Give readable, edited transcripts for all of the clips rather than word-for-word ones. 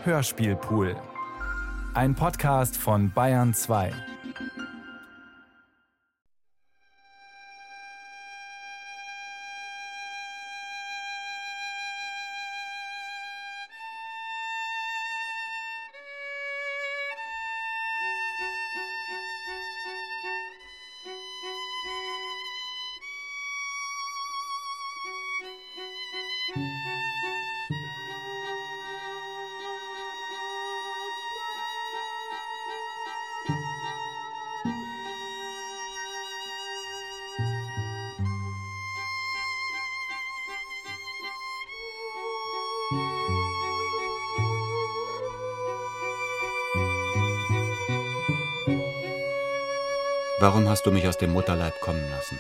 Hörspielpool. Ein Podcast von Bayern 2. Warum hast du mich aus dem Mutterleib kommen lassen?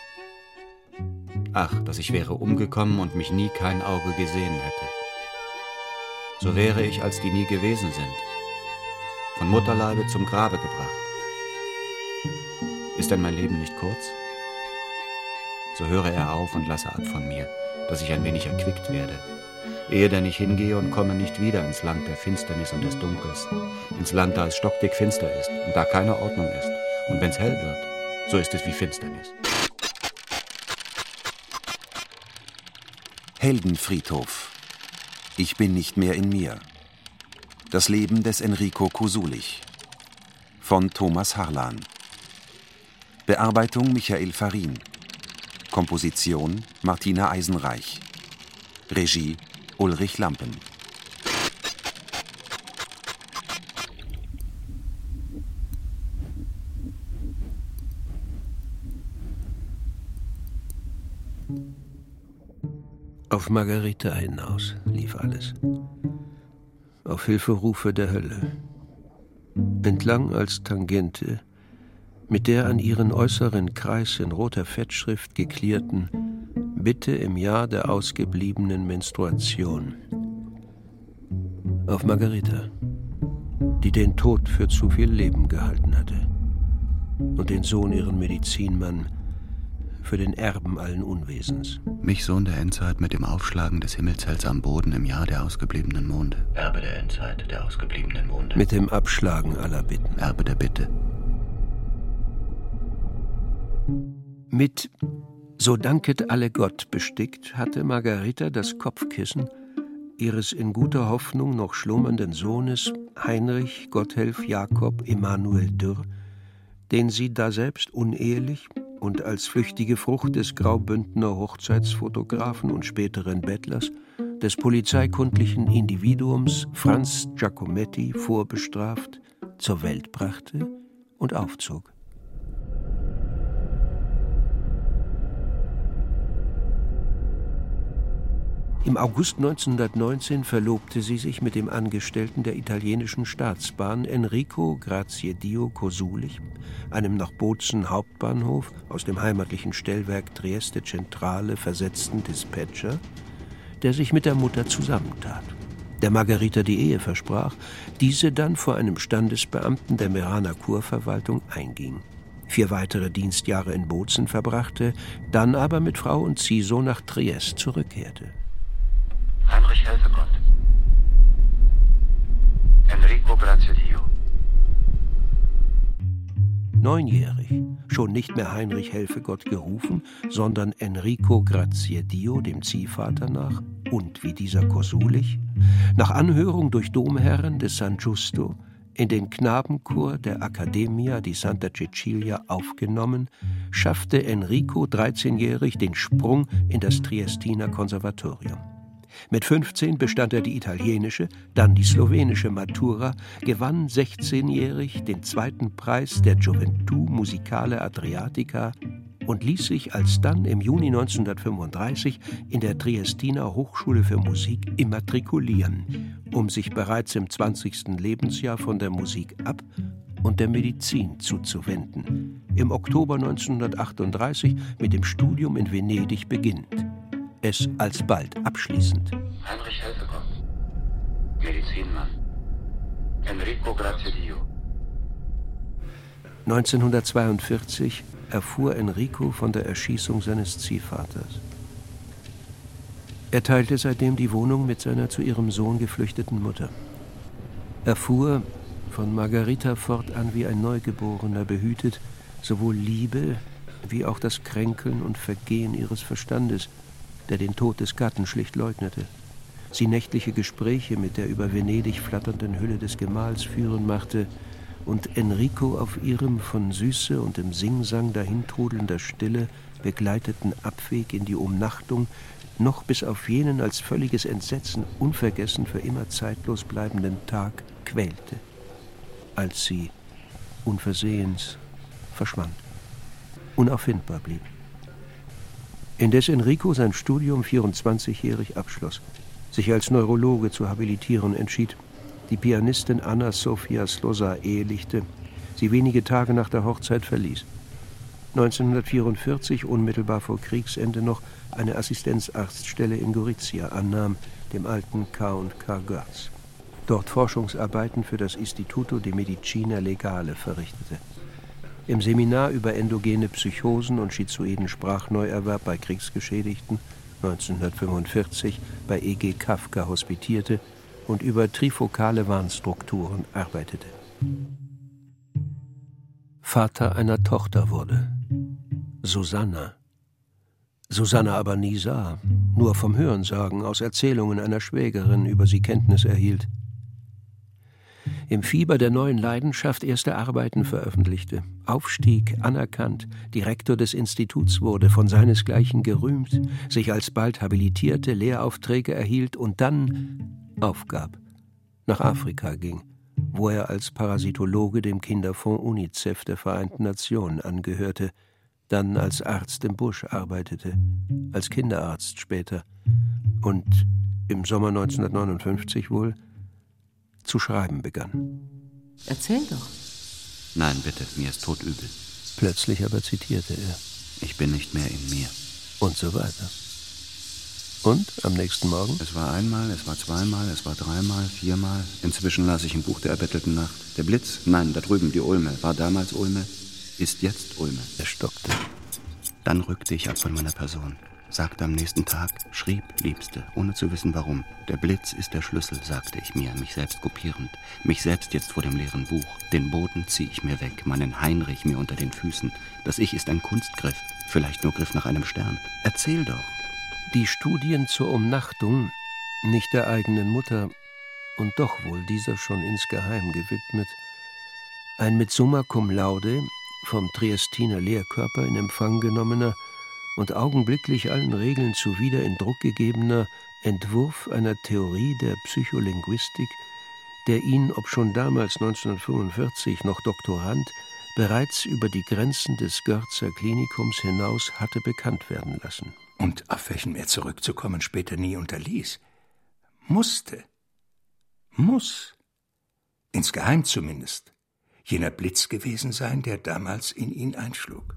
Ach, dass ich wäre umgekommen und mich nie kein Auge gesehen hätte. So wäre ich, als die nie gewesen sind, von Mutterleibe zum Grabe gebracht. Ist denn mein Leben nicht kurz? So höre er auf und lasse ab von mir, dass ich ein wenig erquickt werde, ehe denn ich hingehe und komme nicht wieder ins Land der Finsternis und des Dunkels, ins Land, da es stockdick finster ist und da keine Ordnung ist. Und wenn's hell wird, so ist es wie Finsternis. Heldenfriedhof. Ich bin nicht mehr in mir. Das Leben des Enrico Kosulich. Von Thomas Harlan. Bearbeitung Michael Farin. Komposition Martina Eisenreich. Regie Ulrich Lampen. Auf Margarita hinaus lief alles. Auf Hilferufe der Hölle. Entlang als Tangente, mit der an ihren äußeren Kreis in roter Fettschrift geklierten Bitte im Jahr der ausgebliebenen Menstruation. Auf Margarita, die den Tod für zu viel Leben gehalten hatte und den Sohn ihren Medizinmann für den Erben allen Unwesens. Mich, Sohn der Endzeit, mit dem Aufschlagen des Himmelshells am Boden im Jahr der ausgebliebenen Monde. Erbe der Endzeit, der ausgebliebenen Monde. Mit dem Abschlagen aller Bitten. Erbe der Bitte. Mit So danket alle Gott bestickt, hatte Margarita das Kopfkissen ihres in guter Hoffnung noch schlummernden Sohnes Heinrich Gotthelf Jakob Emanuel Dürr, den sie daselbst unehelich und als flüchtige Frucht des Graubündner Hochzeitsfotografen und späteren Bettlers, des polizeikundlichen Individuums Franz Giacometti vorbestraft, zur Welt brachte und aufzog. Im August 1919 verlobte sie sich mit dem Angestellten der italienischen Staatsbahn Enrico Graziedio Kosulich, einem nach Bozen Hauptbahnhof aus dem heimatlichen Stellwerk Trieste Centrale versetzten Dispatcher, der sich mit der Mutter zusammentat, der Margarita die Ehe versprach, diese dann vor einem Standesbeamten der Meraner Kurverwaltung einging, 4 weitere Dienstjahre in Bozen verbrachte, dann aber mit Frau und Ziehsohn nach Trieste zurückkehrte. Heinrich Helfegott. Enrico Graziedio. 9-jährig, schon nicht mehr Heinrich Helfegott gerufen, sondern Enrico Graziedio, dem Ziehvater nach, und wie dieser Kosulich, nach Anhörung durch Domherren des San Giusto, in den Knabenchor der Accademia di Santa Cecilia aufgenommen, schaffte Enrico 13-jährig den Sprung in das Triestiner Konservatorium. Mit 15 bestand er die italienische, dann die slowenische Matura, gewann 16-jährig den 2. Preis der Gioventù Musicale Adriatica und ließ sich alsdann im Juni 1935 in der Triestiner Hochschule für Musik immatrikulieren, um sich bereits im 20. Lebensjahr von der Musik ab und der Medizin zuzuwenden. Im Oktober 1938 mit dem Studium in Venedig beginnt. Es alsbald abschließend. Heinrich Helfegott. Medizinmann. Enrico Graziedio. 1942 erfuhr Enrico von der Erschießung seines Ziehvaters. Er teilte seitdem die Wohnung mit seiner zu ihrem Sohn geflüchteten Mutter. Er fuhr von Margarita fortan wie ein Neugeborener behütet, sowohl Liebe wie auch das Kränkeln und Vergehen ihres Verstandes, der den Tod des Gatten schlicht leugnete. Sie nächtliche Gespräche mit der über Venedig flatternden Hülle des Gemahls führen machte und Enrico auf ihrem von Süße und im Singsang dahintrudelnder Stille begleiteten Abweg in die Umnachtung noch bis auf jenen als völliges Entsetzen unvergessen für immer zeitlos bleibenden Tag quälte, als sie unversehens verschwand, unauffindbar blieb. Indes Enrico sein Studium 24-jährig abschloss, sich als Neurologe zu habilitieren entschied, die Pianistin Anna Sofia Slosar ehelichte, sie wenige Tage nach der Hochzeit verließ. 1944, unmittelbar vor Kriegsende, noch eine Assistenzarztstelle in Gorizia annahm, dem alten K&K Görz. Dort Forschungsarbeiten für das Istituto di Medicina Legale verrichtete. Im Seminar über endogene Psychosen und schizoiden Sprachneuerwerb bei Kriegsgeschädigten 1945 bei E.G. Kafka hospitierte und über trifokale Warnstrukturen arbeitete. Vater einer Tochter wurde. Susanna. Susanna aber nie sah, nur vom Hörensagen aus Erzählungen einer Schwägerin über sie Kenntnis erhielt. Im Fieber der neuen Leidenschaft erste Arbeiten veröffentlichte, aufstieg, anerkannt, Direktor des Instituts wurde, von seinesgleichen gerühmt, sich alsbald habilitierte, Lehraufträge erhielt und dann aufgab, nach Afrika ging, wo er als Parasitologe dem Kinderfonds UNICEF der Vereinten Nationen angehörte, dann als Arzt im Busch arbeitete, als Kinderarzt später und im Sommer 1959 wohl zu schreiben begann. Erzähl doch. Nein, bitte, mir ist todübel. Plötzlich aber zitierte er. Ich bin nicht mehr in mir. Und so weiter. Und am nächsten Morgen? Es war einmal, es war zweimal, es war dreimal, viermal. Inzwischen las ich im Buch der erbettelten Nacht. Der Blitz, nein, da drüben die Ulme. War damals Ulme, ist jetzt Ulme. Er stockte. Dann rückte ich ab von meiner Person. Sagte am nächsten Tag, schrieb, Liebste, ohne zu wissen warum. Der Blitz ist der Schlüssel, sagte ich mir, mich selbst kopierend. Mich selbst jetzt vor dem leeren Buch. Den Boden zieh ich mir weg, meinen Heinrich mir unter den Füßen. Das Ich ist ein Kunstgriff, vielleicht nur Griff nach einem Stern. Erzähl doch. Die Studien zur Umnachtung, nicht der eigenen Mutter, und doch wohl dieser schon insgeheim gewidmet. Ein mit Summa cum laude, vom Triestiner Lehrkörper in Empfang genommener und augenblicklich allen Regeln zuwider in Druck gegebener Entwurf einer Theorie der Psycholinguistik, der ihn, obschon damals 1945 noch Doktorand, bereits über die Grenzen des Görzer Klinikums hinaus hatte bekannt werden lassen. Und auf welchen er zurückzukommen später nie unterließ. Musste. Muss. Insgeheim zumindest. Jener Blitz gewesen sein, der damals in ihn einschlug.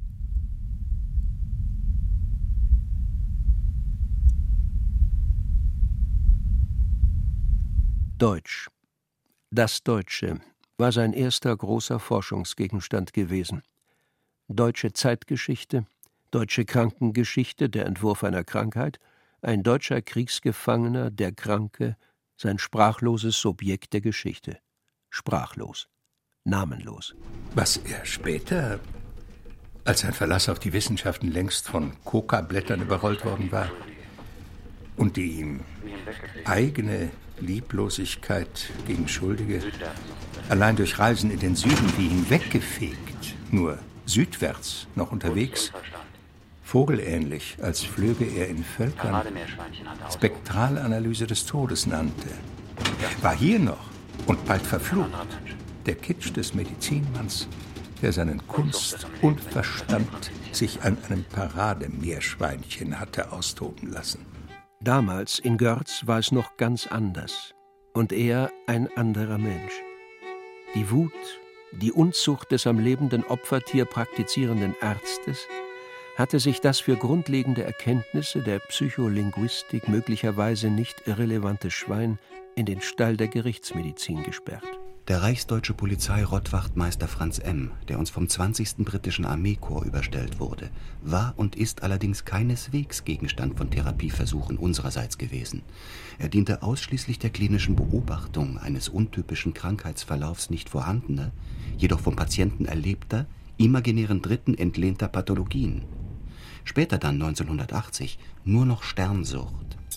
Deutsch. Das Deutsche war sein erster großer Forschungsgegenstand gewesen. Deutsche Zeitgeschichte, deutsche Krankengeschichte, der Entwurf einer Krankheit, ein deutscher Kriegsgefangener, der Kranke, sein sprachloses Subjekt der Geschichte. Sprachlos, namenlos. Was er später, als sein Verlass auf die Wissenschaften längst von Coca-Blättern überrollt worden war und die ihm eigene Lieblosigkeit gegen Schuldige allein durch Reisen in den Süden wie ihn weggefegt, nur südwärts noch unterwegs, vogelähnlich, als flöge er in Völkern, Spektralanalyse des Todes nannte, war hier noch und bald verflucht der Kitsch des Medizinmanns, der seinen Kunst und Verstand sich an einem Parademeerschweinchen hatte austoben lassen. Damals in Görz war es noch ganz anders und er ein anderer Mensch. Die Wut, die Unzucht des am lebenden Opfertier praktizierenden Arztes hatte sich das für grundlegende Erkenntnisse der Psycholinguistik möglicherweise nicht irrelevante Schwein in den Stall der Gerichtsmedizin gesperrt. Der reichsdeutsche Polizei-Rottwachtmeister Franz M., der uns vom 20. britischen Armeekorps überstellt wurde, war und ist allerdings keineswegs Gegenstand von Therapieversuchen unsererseits gewesen. Er diente ausschließlich der klinischen Beobachtung eines untypischen Krankheitsverlaufs nicht vorhandener, jedoch vom Patienten erlebter, imaginären Dritten entlehnter Pathologien. Später dann, 1980, nur noch Sternsucht.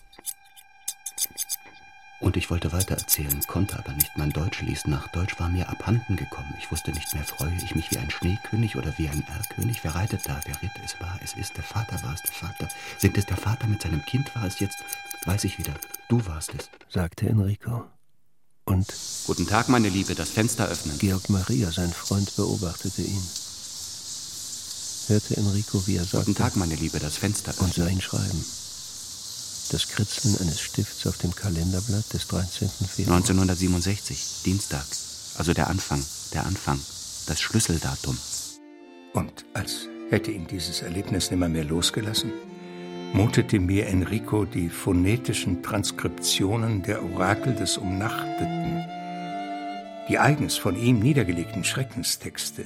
Und ich wollte weitererzählen, konnte aber nicht. Mein Deutsch ließ nach. Deutsch war mir abhanden gekommen. Ich wusste nicht mehr, freue ich mich wie ein Schneekönig oder wie ein Erlkönig? Wer reitet da? Wer ritt? Es war, es ist, der Vater war es, der Vater. Sind es der Vater mit seinem Kind? War es jetzt? Weiß ich wieder. Du warst es, sagte Enrico. Und Guten Tag, meine Liebe, das Fenster öffnen. Georg Maria, sein Freund, beobachtete ihn. Hörte Enrico, wie er sagte, Guten Tag, meine Liebe, das Fenster öffnen. Und sah ihn schreiben. Das Kritzeln eines Stifts auf dem Kalenderblatt des 13. Februar. 1967, Dienstag. Also der Anfang, das Schlüsseldatum. Und als hätte ihn dieses Erlebnis nimmermehr losgelassen, mutete mir Enrico die phonetischen Transkriptionen der Orakel des Umnachteten, die eigens von ihm niedergelegten Schreckenstexte,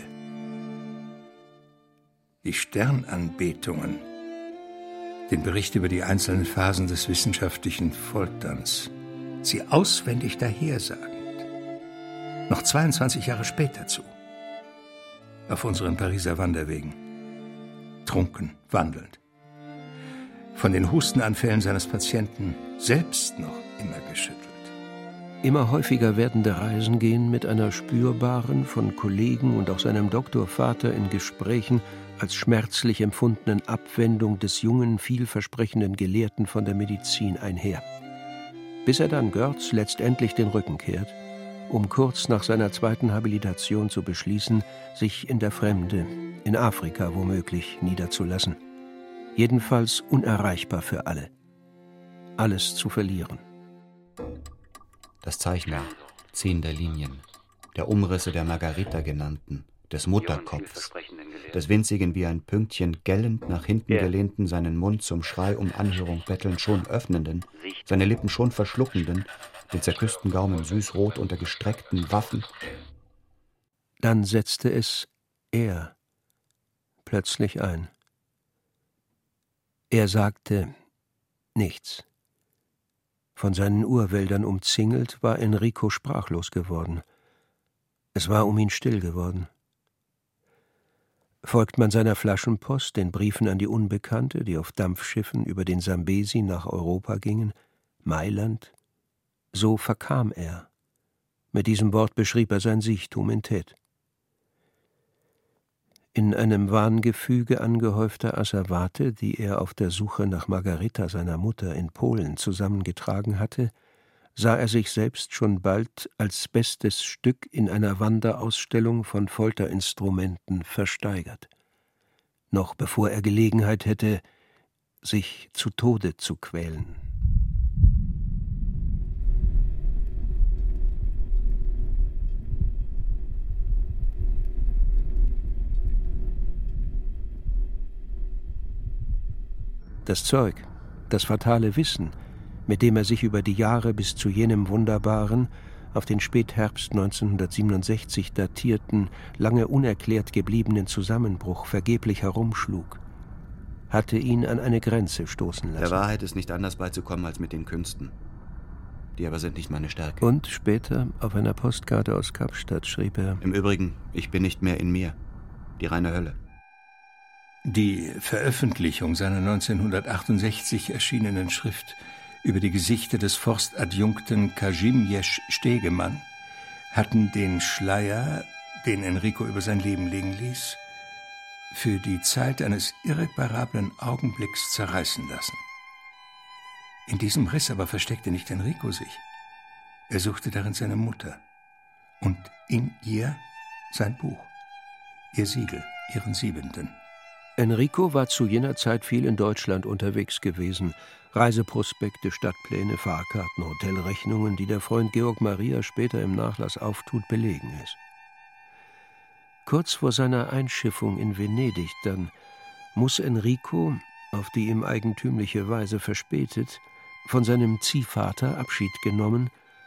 die Sternanbetungen, den Bericht über die einzelnen Phasen des wissenschaftlichen Folterns, sie auswendig dahersagend, noch 22 Jahre später zu, auf unseren Pariser Wanderwegen, trunken, wandelnd, von den Hustenanfällen seines Patienten selbst noch immer geschüttelt. Immer häufiger werdende Reisen gehen mit einer spürbaren, von Kollegen und auch seinem Doktorvater in Gesprächen als schmerzlich empfundenen Abwendung des jungen, vielversprechenden Gelehrten von der Medizin einher. Bis er dann Görz letztendlich den Rücken kehrt, um kurz nach seiner zweiten Habilitation zu beschließen, sich in der Fremde, in Afrika womöglich, niederzulassen. Jedenfalls unerreichbar für alle. Alles zu verlieren. Das Zeichner, Ziehen der Linien, der Umrisse der Margarita genannten, des Mutterkopfs, des winzigen wie ein Pünktchen gellend nach hinten gelehnten, seinen Mund zum Schrei um Anhörung bettelnd schon öffnenden, seine Lippen schon verschluckenden, den zerküssten Gaumen süßrot unter gestreckten Waffen. Dann setzte es er plötzlich ein. Er sagte nichts. Von seinen Urwäldern umzingelt, war Enrico sprachlos geworden. Es war um ihn still geworden. Folgt man seiner Flaschenpost, den Briefen an die Unbekannte, die auf Dampfschiffen über den Sambesi nach Europa gingen, Mailand, so verkam er. Mit diesem Wort beschrieb er sein Siechtum in Thet. In einem Wahngefüge angehäufter Asservate, die er auf der Suche nach Margarita, seiner Mutter, in Polen zusammengetragen hatte, sah er sich selbst schon bald als bestes Stück in einer Wanderausstellung von Folterinstrumenten versteigert. Noch bevor er Gelegenheit hätte, sich zu Tode zu quälen. Das Zeug, das fatale Wissen, mit dem er sich über die Jahre bis zu jenem wunderbaren, auf den Spätherbst 1967 datierten, lange unerklärt gebliebenen Zusammenbruch vergeblich herumschlug, hatte ihn an eine Grenze stoßen lassen. Der Wahrheit ist nicht anders beizukommen als mit den Künsten. Die aber sind nicht meine Stärke. Und später auf einer Postkarte aus Kapstadt schrieb er: Im Übrigen, ich bin nicht mehr in mir. Die reine Hölle. Die Veröffentlichung seiner 1968 erschienenen Schrift über die Gesichter des Forstadjunkten Kazimierz Stegemann hatten den Schleier, den Enrico über sein Leben legen ließ, für die Zeit eines irreparablen Augenblicks zerreißen lassen. In diesem Riss aber versteckte nicht Enrico sich. Er suchte darin seine Mutter und in ihr sein Buch, ihr Siegel, ihren 7. Enrico war zu jener Zeit viel in Deutschland unterwegs gewesen. Reiseprospekte, Stadtpläne, Fahrkarten, Hotelrechnungen, die der Freund Georg Maria später im Nachlass auftut, belegen es. Kurz vor seiner Einschiffung in Venedig dann muss Enrico, auf die ihm eigentümliche Weise verspätet, von seinem Ziehvater Abschied genommen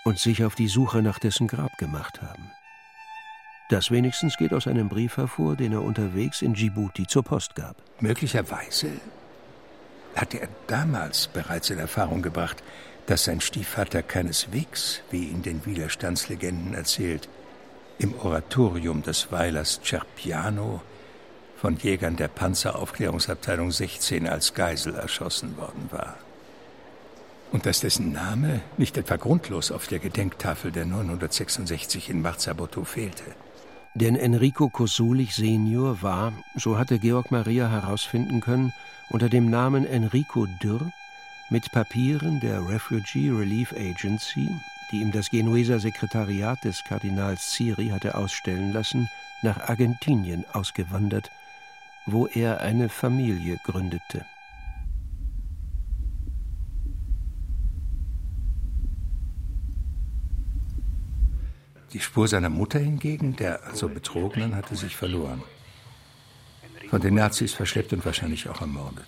und sich auf die Suche nach dessen Grab gemacht haben. Das wenigstens geht aus einem Brief hervor, den er unterwegs in Djibouti zur Post gab. Möglicherweise hatte er damals bereits in Erfahrung gebracht, dass sein Stiefvater keineswegs, wie in den Widerstandslegenden erzählt, im Oratorium des Weilers Cerpiano von Jägern der Panzeraufklärungsabteilung 16 als Geisel erschossen worden war. Und dass dessen Name nicht etwa grundlos auf der Gedenktafel der 966 in Marzaboto fehlte. Denn Enrico Kosulich Senior war, so hatte Georg Maria herausfinden können, unter dem Namen Enrico Dürr mit Papieren der Refugee Relief Agency, die ihm das Genueser Sekretariat des Kardinals Ziri hatte ausstellen lassen, nach Argentinien ausgewandert, wo er eine Familie gründete. Die Spur seiner Mutter hingegen, der also Betrogenen, hatte sich verloren. Von den Nazis verschleppt und wahrscheinlich auch ermordet.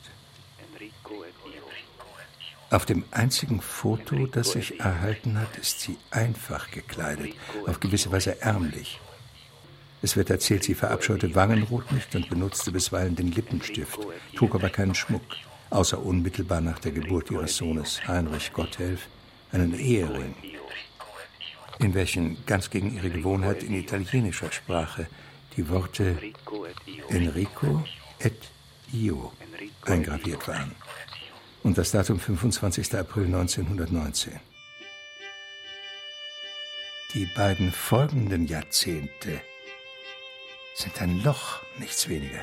Auf dem einzigen Foto, das sich erhalten hat, ist sie einfach gekleidet, auf gewisse Weise ärmlich. Es wird erzählt, sie verabscheute Wangenrot nicht und benutzte bisweilen den Lippenstift, trug aber keinen Schmuck, außer unmittelbar nach der Geburt ihres Sohnes Heinrich Gotthelf einen Ehering, in welchen ganz gegen ihre Gewohnheit in italienischer Sprache die Worte Enrico et io eingraviert waren. Und das Datum 25. April 1919. Die beiden folgenden Jahrzehnte sind ein Loch, nichts weniger.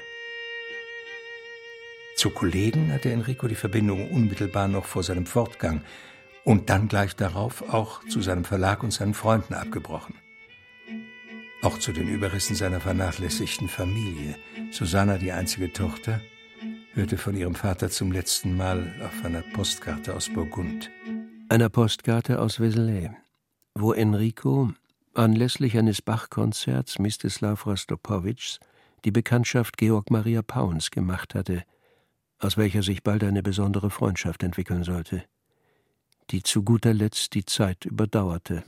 Zu Kollegen hatte Enrico die Verbindung unmittelbar noch vor seinem Fortgang und dann gleich darauf auch zu seinem Verlag und seinen Freunden abgebrochen. Auch zu den Überresten seiner vernachlässigten Familie. Susanna, die einzige Tochter, hörte von ihrem Vater zum letzten Mal auf einer Postkarte aus Burgund. Einer Postkarte aus Vézelay, wo Enrico anlässlich eines Bach-Konzerts Mstislav Rostropowitschs die Bekanntschaft Georg Maria Pauns gemacht hatte, aus welcher sich bald eine besondere Freundschaft entwickeln sollte, die zu guter Letzt die Zeit überdauerte.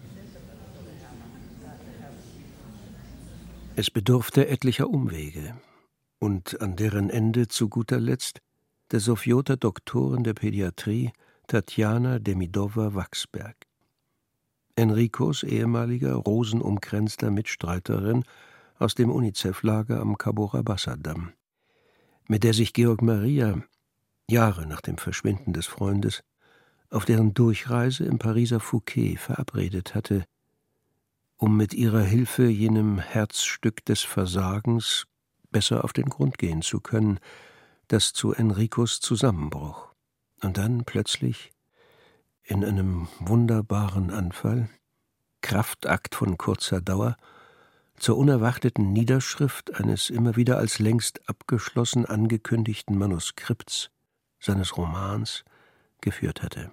Es bedurfte etlicher Umwege, und an deren Ende zu guter Letzt der Sofioter Doktorin der Pädiatrie Tatjana Demidova-Wachsberg, Enricos ehemaliger rosenumkränzter Mitstreiterin aus dem UNICEF-Lager am Cabora Bassa-Damm, mit der sich Georg Maria, Jahre nach dem Verschwinden des Freundes, auf deren Durchreise im Pariser Fouquet verabredet hatte, um mit ihrer Hilfe jenem Herzstück des Versagens besser auf den Grund gehen zu können, das zu Enricos Zusammenbruch und dann plötzlich in einem wunderbaren Anfall, Kraftakt von kurzer Dauer, zur unerwarteten Niederschrift eines immer wieder als längst abgeschlossen angekündigten Manuskripts seines Romans geführt hatte.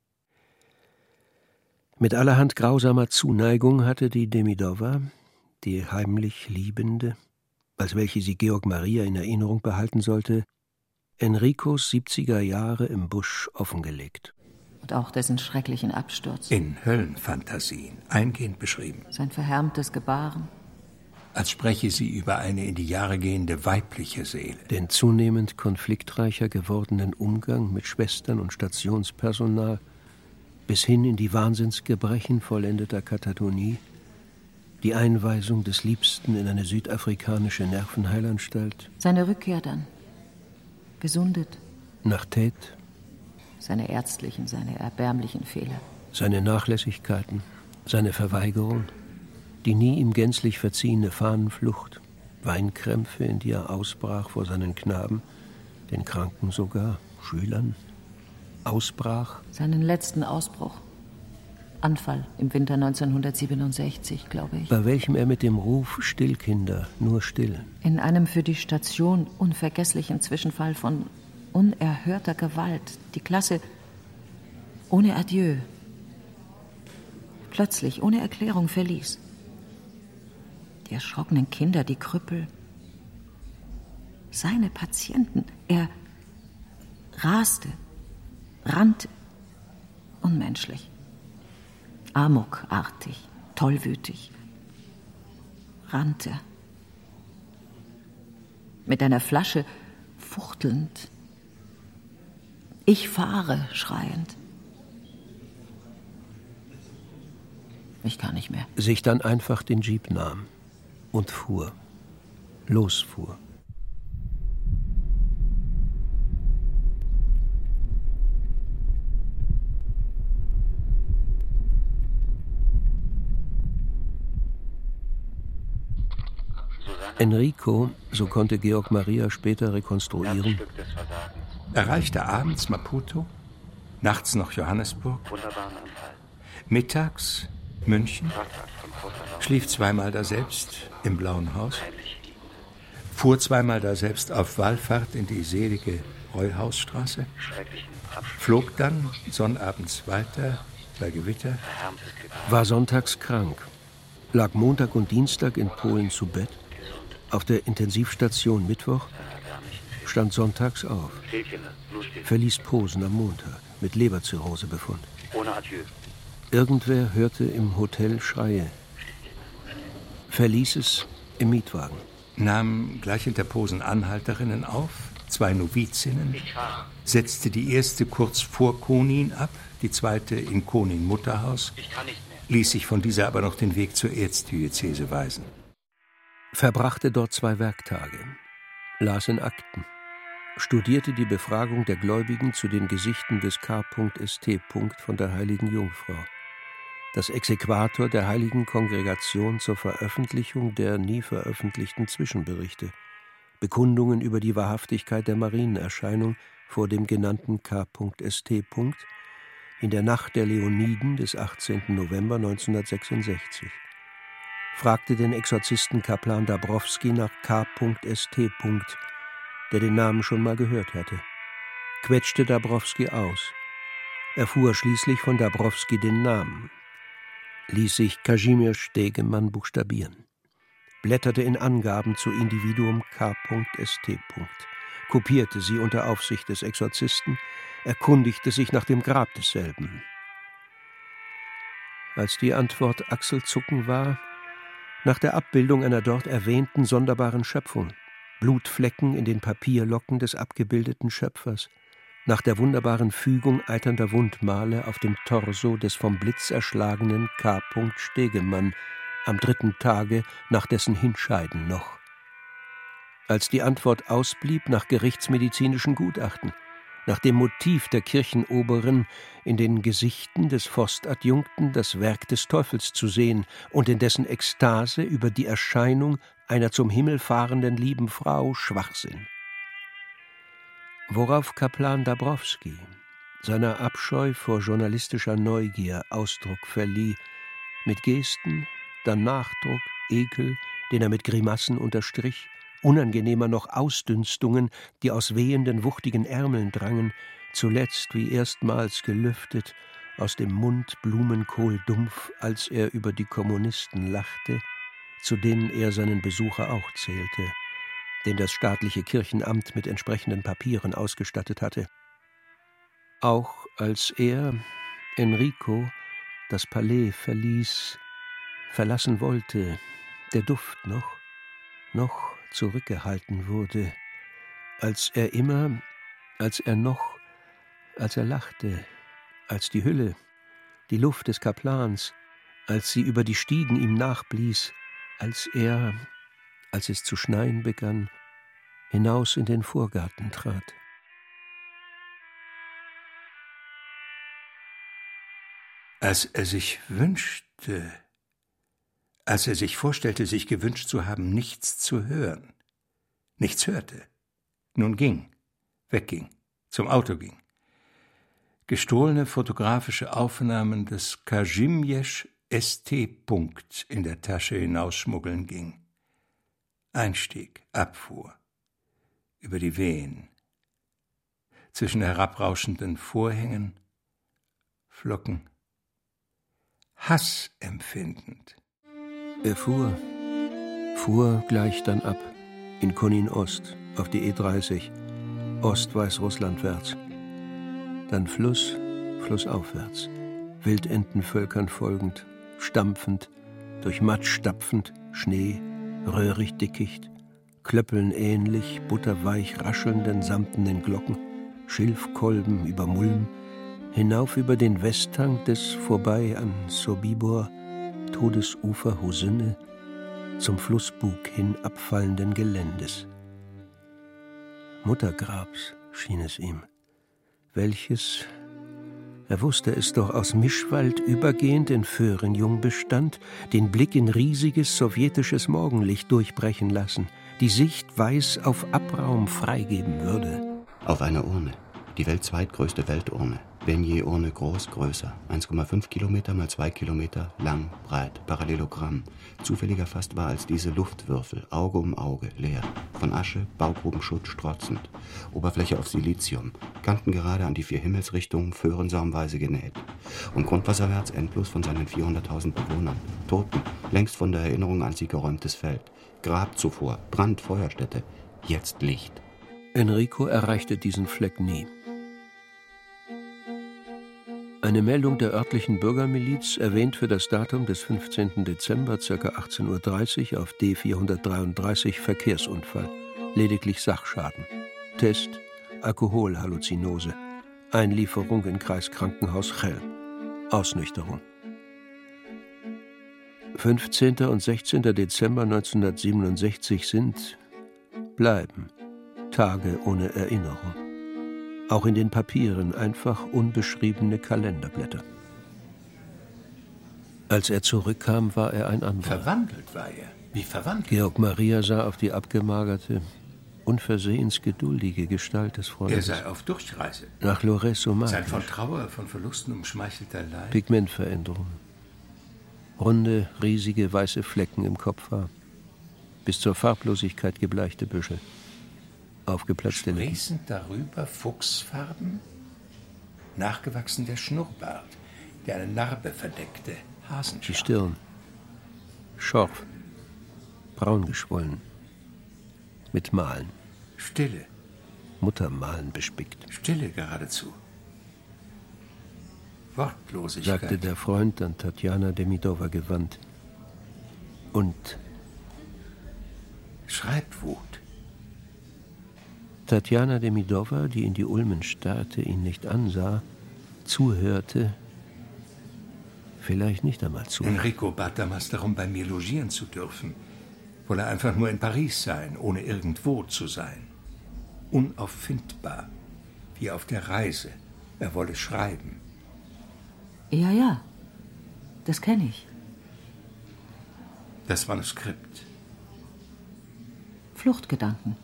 Mit allerhand grausamer Zuneigung hatte die Demidova, die heimlich Liebende, als welche sie Georg Maria in Erinnerung behalten sollte, Enricos 70er Jahre im Busch offengelegt. Und auch dessen schrecklichen Absturz. In Höllenfantasien, eingehend beschrieben. Sein verhärmtes Gebaren. Als spreche sie über eine in die Jahre gehende weibliche Seele. Den zunehmend konfliktreicher gewordenen Umgang mit Schwestern und Stationspersonal bis hin in die Wahnsinnsgebrechen vollendeter Katatonie, die Einweisung des Liebsten in eine südafrikanische Nervenheilanstalt. Seine Rückkehr dann. Gesundet. Nach Tät. Seine ärztlichen, seine erbärmlichen Fehler. Seine Nachlässigkeiten, seine Verweigerung, die nie ihm gänzlich verziehene Fahnenflucht, Weinkrämpfe, in die er ausbrach vor seinen Knaben, den Kranken sogar, Schülern, ausbrach. Seinen letzten Ausbruch. Anfall im Winter 1967, glaube ich. Bei welchem er mit dem Ruf »Stillkinder, nur still« in einem für die Station unvergesslichen Zwischenfall von unerhörter Gewalt die Klasse ohne Adieu plötzlich, ohne Erklärung verließ. Die erschrockenen Kinder, die Krüppel, seine Patienten. Er raste, rannte, unmenschlich. amokartig, tollwütig, rannte. Mit einer Flasche fuchtelnd. Ich fahre, schreiend. Ich kann nicht mehr. Sich dann einfach den Jeep nahm und fuhr, losfuhr. Enrico, so konnte Georg Maria später rekonstruieren, erreichte abends Maputo, nachts noch Johannesburg, mittags München, schlief zweimal daselbst im Blauen Haus, fuhr zweimal daselbst auf Wallfahrt in die selige Reuhausstraße, flog dann sonnabends weiter bei Gewitter, war sonntags krank, lag Montag und Dienstag in Polen zu Bett, auf der Intensivstation Mittwoch, stand sonntags auf, verließ Posen am Montag mit Leberzirrhosebefund. Irgendwer hörte im Hotel Schreie, verließ es im Mietwagen. Nahm gleich hinter Posen Anhalterinnen auf, 2 Novizinnen, setzte die erste kurz vor Konin ab, die zweite in Konin-Mutterhaus, ließ sich von dieser aber noch den Weg zur Erzdiözese weisen. Verbrachte dort 2 Werktage, las in Akten, studierte die Befragung der Gläubigen zu den Gesichten des K.St. von der Heiligen Jungfrau, das Exequatur der Heiligen Kongregation zur Veröffentlichung der nie veröffentlichten Zwischenberichte, Bekundungen über die Wahrhaftigkeit der Marienerscheinung vor dem genannten K.St. in der Nacht der Leoniden des 18. November 1966. Fragte den Exorzisten Kaplan Dabrowski nach K.St., der den Namen schon mal gehört hatte. Quetschte Dabrowski aus, erfuhr schließlich von Dabrowski den Namen, ließ sich Kazimierz Stegemann buchstabieren, blätterte in Angaben zu Individuum K.St., kopierte sie unter Aufsicht des Exorzisten, erkundigte sich nach dem Grab desselben. Als die Antwort Achselzucken war, nach der Abbildung einer dort erwähnten sonderbaren Schöpfung, Blutflecken in den Papierlocken des abgebildeten Schöpfers, nach der wunderbaren Fügung eiternder Wundmale auf dem Torso des vom Blitz erschlagenen K. Stegemann am 3. Tage nach dessen Hinscheiden noch. Als die Antwort ausblieb nach gerichtsmedizinischen Gutachten, nach dem Motiv der Kirchenoberin in den Gesichten des Forstadjunkten das Werk des Teufels zu sehen und in dessen Ekstase über die Erscheinung einer zum Himmel fahrenden lieben Frau Schwachsinn. Worauf Kaplan Dabrowski seiner Abscheu vor journalistischer Neugier Ausdruck verlieh, mit Gesten, dann Nachdruck, Ekel, den er mit Grimassen unterstrich, unangenehmer noch Ausdünstungen, die aus wehenden, wuchtigen Ärmeln drangen, zuletzt wie erstmals gelüftet, aus dem Mund Blumenkohldumpf, als er über die Kommunisten lachte, zu denen er seinen Besucher auch zählte, den das staatliche Kirchenamt mit entsprechenden Papieren ausgestattet hatte. Auch als er, Enrico, das Palais verlassen wollte, der Duft noch zurückgehalten wurde, als er lachte, als die Hülle, die Luft des Kaplans, als sie über die Stiegen ihm nachblies, als es zu schneien begann, hinaus in den Vorgarten trat. Als er sich vorstellte, sich gewünscht zu haben, nichts zu hören, nichts hörte, nun wegging, zum Auto ging, gestohlene fotografische Aufnahmen des Kazimierz St. in der Tasche hinausschmuggeln ging, einstieg, abfuhr, über die Wehen, zwischen herabrauschenden Vorhängen, Flocken, Hass empfindend. Er fuhr gleich dann ab, in Konin Ost, auf die E30, Ost-Weißrusslandwärts. Dann flussaufwärts, Wildentenvölkern folgend, stampfend, durch Matsch stapfend, Schnee, röhrig Dickicht, Klöppeln ähnlich, butterweich raschelnden, samtenen Glocken, Schilfkolben über Mulm, hinauf über den Westhang des vorbei an Sobibor, Todesufer Hosünne, zum Flussbug hin abfallenden Geländes. Muttergrabs schien es ihm, welches, er wusste es doch, aus Mischwald übergehend in Föhrenjung bestand, den Blick in riesiges sowjetisches Morgenlicht durchbrechen lassen, die Sicht weiß auf Abraum freigeben würde. Auf einer Urne, die weltzweitgrößte Welturne. Bernier-Urne groß, größer, 1,5 Kilometer mal 2 Kilometer, lang, breit, Parallelogramm. Zufällig erfasst war als diese Luftwürfel, Auge um Auge, leer. Von Asche, Baugrubensschutt strotzend. Oberfläche auf Silizium, Kanten gerade an die 4 Himmelsrichtungen, föhrensaumweise genäht. Und grundwasserwärts endlos von seinen 400.000 Bewohnern. Toten, längst von der Erinnerung an sie geräumtes Feld. Grab zuvor, Brand, Feuerstätte, jetzt Licht. Enrico erreichte diesen Fleck nie. Eine Meldung der örtlichen Bürgermiliz erwähnt für das Datum des 15. Dezember ca. 18:30 Uhr auf D433 Verkehrsunfall. Lediglich Sachschaden. Test: Alkoholhalluzinose. Einlieferung in Kreiskrankenhaus Chell. Ausnüchterung. 15. und 16. Dezember 1967 bleiben Tage ohne Erinnerung. Auch in den Papieren einfach unbeschriebene Kalenderblätter. Als er zurückkam, war er ein anderer. Verwandelt war er. Wie verwandelt? Georg Maria sah auf die abgemagerte, unversehens geduldige Gestalt des Freundes. Er sei auf Durchreise. Nach Lorès somatisch. Sein von Trauer, von Verlusten umschmeichelter Leid. Pigmentveränderungen. Runde, riesige, weiße Flecken im Kopfhaar. Bis zur Farblosigkeit gebleichte Büschel. Aufgeplatzte Lippen. Sprießend darüber Fuchsfarben, nachgewachsen der Schnurrbart, der eine Narbe verdeckte, Hasenscharf. Die Stirn, scharf, braun geschwollen, mit Malen. Stille. Muttermalen bespickt. Stille geradezu. Wortlosigkeit. Sagte der Freund an Tatjana Demidova gewandt. Und Schreibwut. Tatjana Demidova, die in die Ulmen starrte, ihn nicht ansah, zuhörte, vielleicht nicht einmal zu. Enrico bat damals darum, bei mir logieren zu dürfen. Wolle einfach nur in Paris sein, ohne irgendwo zu sein. Unauffindbar, wie auf der Reise. Er wolle schreiben. Ja, das kenne ich. Das Manuskript. Fluchtgedanken.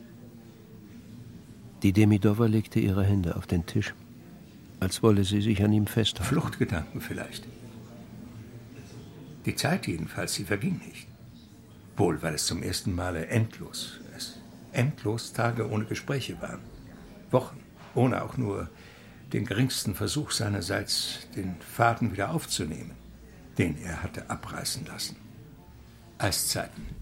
Die Demidova legte ihre Hände auf den Tisch, als wolle sie sich an ihm festhalten. Fluchtgedanken vielleicht. Die Zeit jedenfalls, sie verging nicht. Wohl, weil es zum ersten Male endlos Tage ohne Gespräche waren. Wochen, ohne auch nur den geringsten Versuch seinerseits, den Faden wieder aufzunehmen, den er hatte abreißen lassen. Eiszeiten.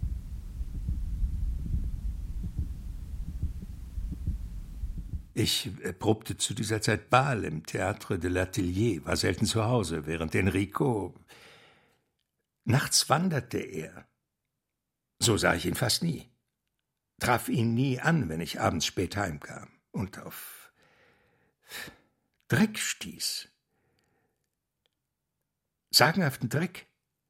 Ich probte zu dieser Zeit Bal im Théâtre de l'Atelier, war selten zu Hause, während Enrico... Nachts wanderte er. So sah ich ihn fast nie. Traf ihn nie an, wenn ich abends spät heimkam und auf Dreck stieß. Sagenhaften Dreck.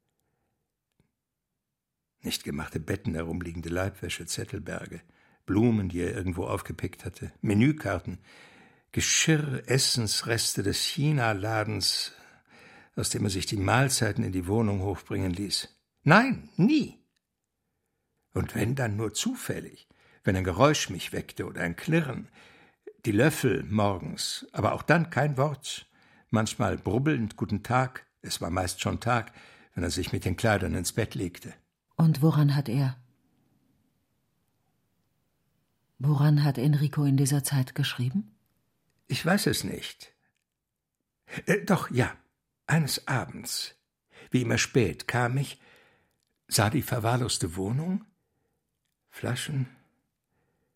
Nicht gemachte Betten, herumliegende Leibwäsche, Zettelberge, Blumen, die er irgendwo aufgepickt hatte, Menükarten, Geschirr, Essensreste des China-Ladens, aus dem er sich die Mahlzeiten in die Wohnung hochbringen ließ. Nein, nie. Und wenn, dann nur zufällig, wenn ein Geräusch mich weckte oder ein Klirren, die Löffel morgens, aber auch dann kein Wort, manchmal brubbelnd Guten Tag, es war meist schon Tag, wenn er sich mit den Kleidern ins Bett legte. Und woran hat Enrico in dieser Zeit geschrieben? Ich weiß es nicht. Doch, ja, eines Abends, wie immer spät, kam ich, sah die verwahrloste Wohnung, Flaschen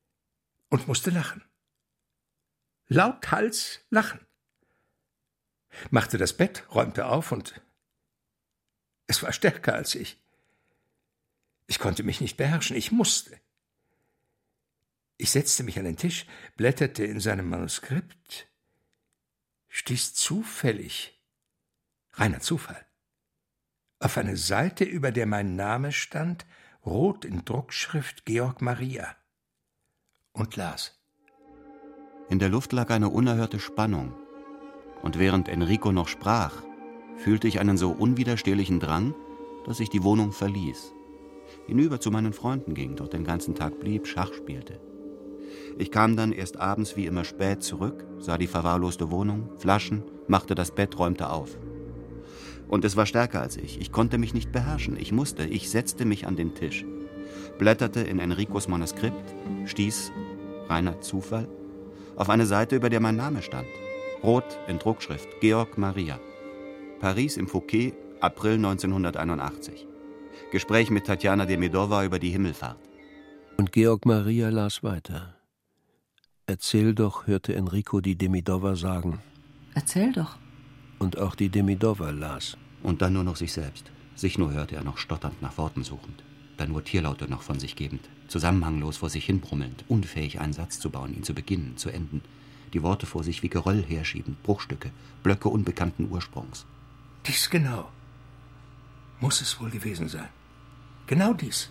und musste lachen. Lauthals lachen. machte das Bett, räumte auf und es war stärker als ich. Ich konnte mich nicht beherrschen, ich musste. Ich setzte mich an den Tisch, blätterte in seinem Manuskript, stieß zufällig, reiner Zufall, auf eine Seite, über der mein Name stand, rot in Druckschrift Georg Maria, und las. In der Luft lag eine unerhörte Spannung. Und während Enrico noch sprach, fühlte ich einen so unwiderstehlichen Drang, dass ich die Wohnung verließ, hinüber zu meinen Freunden ging, dort den ganzen Tag blieb, Schach spielte. Ich kam dann erst abends wie immer spät zurück, sah die verwahrloste Wohnung, Flaschen, machte das Bett, räumte auf. Und es war stärker als ich. Ich konnte mich nicht beherrschen. Ich setzte mich an den Tisch, blätterte in Enricos Manuskript, stieß, reiner Zufall, auf eine Seite, über der mein Name stand. Rot in Druckschrift, Georg Maria. Paris im Fouquet, April 1981. Gespräch mit Tatjana Demidova über die Himmelfahrt. Und Georg Maria las weiter. Erzähl doch, hörte Enrico die Demidova sagen. Erzähl doch. Und auch die Demidova las. Und dann nur noch sich selbst. Sich nur hörte er noch stotternd nach Worten suchend. Dann nur Tierlaute noch von sich gebend. Zusammenhanglos vor sich hin brummelnd. Unfähig, einen Satz zu bauen, ihn zu beginnen, zu enden. Die Worte vor sich wie Geröll herschiebend. Bruchstücke, Blöcke unbekannten Ursprungs. Dies genau. Muss es wohl gewesen sein. Genau dies.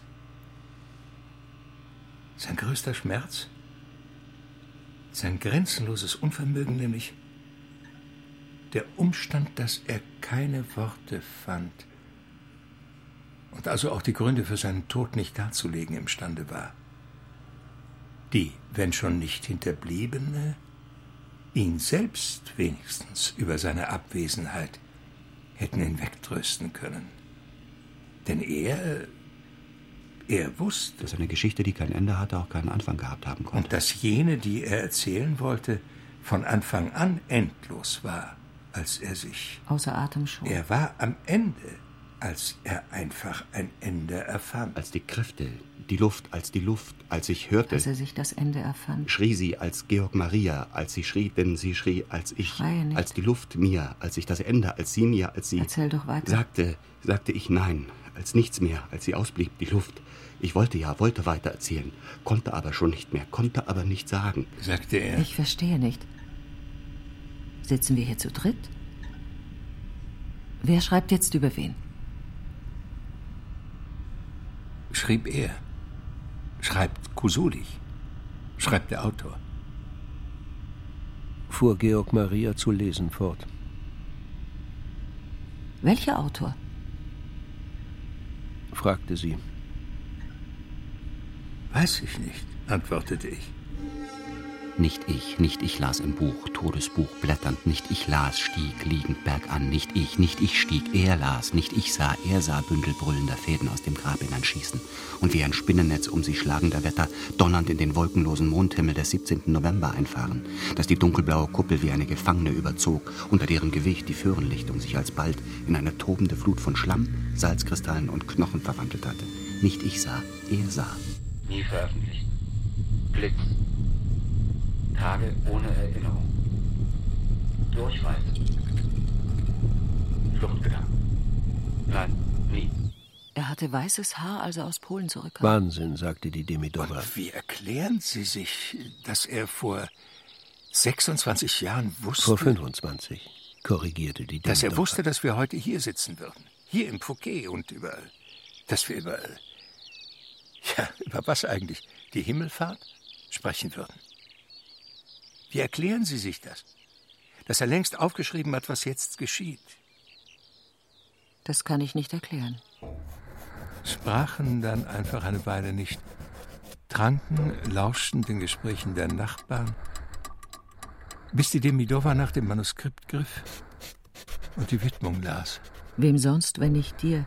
Sein größter Schmerz? Sein grenzenloses Unvermögen, nämlich der Umstand, dass er keine Worte fand und also auch die Gründe für seinen Tod nicht darzulegen imstande war, die, wenn schon nicht Hinterbliebene, ihn selbst wenigstens über seine Abwesenheit hätten hinwegtrösten können. Denn er wusste, dass eine Geschichte, die kein Ende hatte, auch keinen Anfang gehabt haben konnte. Und dass jene, die er erzählen wollte, von Anfang an endlos war, als er sich... Außer Atem schon. Er war am Ende, als er einfach ein Ende erfand. Als die Kräfte, die Luft, als ich hörte... Als er sich das Ende erfand. Schrie sie als Georg Maria, als sie schrie, denn sie schrie als ich. Schreie nicht. Als die Luft mir, als ich das Ende, als sie mir, als sie... Erzähl doch weiter. Sagte ich nein, als nichts mehr, als sie ausblieb, die Luft. Ich wollte weiter erzählen, konnte aber schon nicht mehr, konnte aber nicht sagen. Sagte er. Ich verstehe nicht. Sitzen wir hier zu dritt? Wer schreibt jetzt über wen? Schrieb er. Schreibt Kusulich. Schreibt der Autor. Fuhr Georg Maria zu lesen fort. Welcher Autor? Fragte sie. Weiß ich nicht, antwortete ich. Nicht ich las im Buch, Todesbuch blätternd, nicht ich las, stieg liegend bergan, nicht ich stieg, er las, nicht ich sah, er sah Bündel brüllender Fäden aus dem Grab hineinschießen und wie ein Spinnennetz um sich schlagender Wetter donnernd in den wolkenlosen Mondhimmel des 17. November einfahren, dass die dunkelblaue Kuppel wie eine Gefangene überzog, unter deren Gewicht die Föhrenlichtung sich alsbald in eine tobende Flut von Schlamm, Salzkristallen und Knochen verwandelt hatte. Nicht ich sah, er sah. Nie veröffentlicht. Blitz. Tage ohne Erinnerung. Durchreise. Fluchtgedanken. Nein, nie. Er hatte weißes Haar, als er aus Polen zurückkam. Wahnsinn, sagte die Demidova. Und wie erklären Sie sich, dass er vor 26 Jahren wusste... Vor 25, korrigierte die Demidova. Dass er wusste, dass wir heute hier sitzen würden. Hier im Fouquet und überall. Dass wir über... Ja, über was eigentlich? Die Himmelfahrt sprechen würden. Wie erklären Sie sich das? Dass er längst aufgeschrieben hat, was jetzt geschieht. Das kann ich nicht erklären. Sprachen dann einfach eine Weile nicht, tranken, lauschten den Gesprächen der Nachbarn, bis die Demidova nach dem Manuskript griff und die Widmung las. Wem sonst, wenn nicht dir?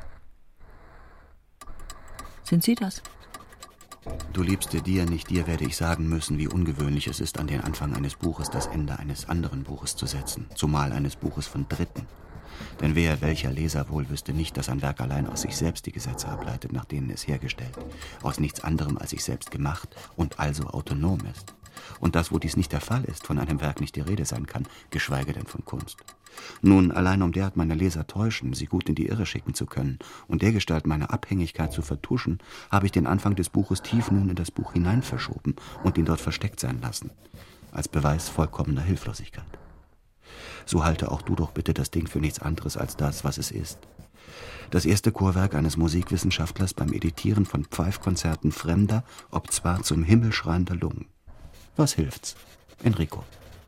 Sind Sie das? Du liebste dir, nicht dir werde ich sagen müssen, wie ungewöhnlich es ist, an den Anfang eines Buches das Ende eines anderen Buches zu setzen, zumal eines Buches von Dritten. Denn welcher Leser wohl wüsste nicht, dass ein Werk allein aus sich selbst die Gesetze ableitet, nach denen es hergestellt, aus nichts anderem als sich selbst gemacht und also autonom ist. Und dass, wo dies nicht der Fall ist, von einem Werk nicht die Rede sein kann, geschweige denn von Kunst. Nun, allein um derart meine Leser täuschen, sie gut in die Irre schicken zu können und dergestalt meine Abhängigkeit zu vertuschen, habe ich den Anfang des Buches tief nun in das Buch hinein verschoben und ihn dort versteckt sein lassen, als Beweis vollkommener Hilflosigkeit. So halte auch du doch bitte das Ding für nichts anderes als das, was es ist. Das erste Chorwerk eines Musikwissenschaftlers beim Editieren von Pfeifkonzerten fremder, obzwar zum Himmel schreiender Lungen. Was hilft's? Enrico.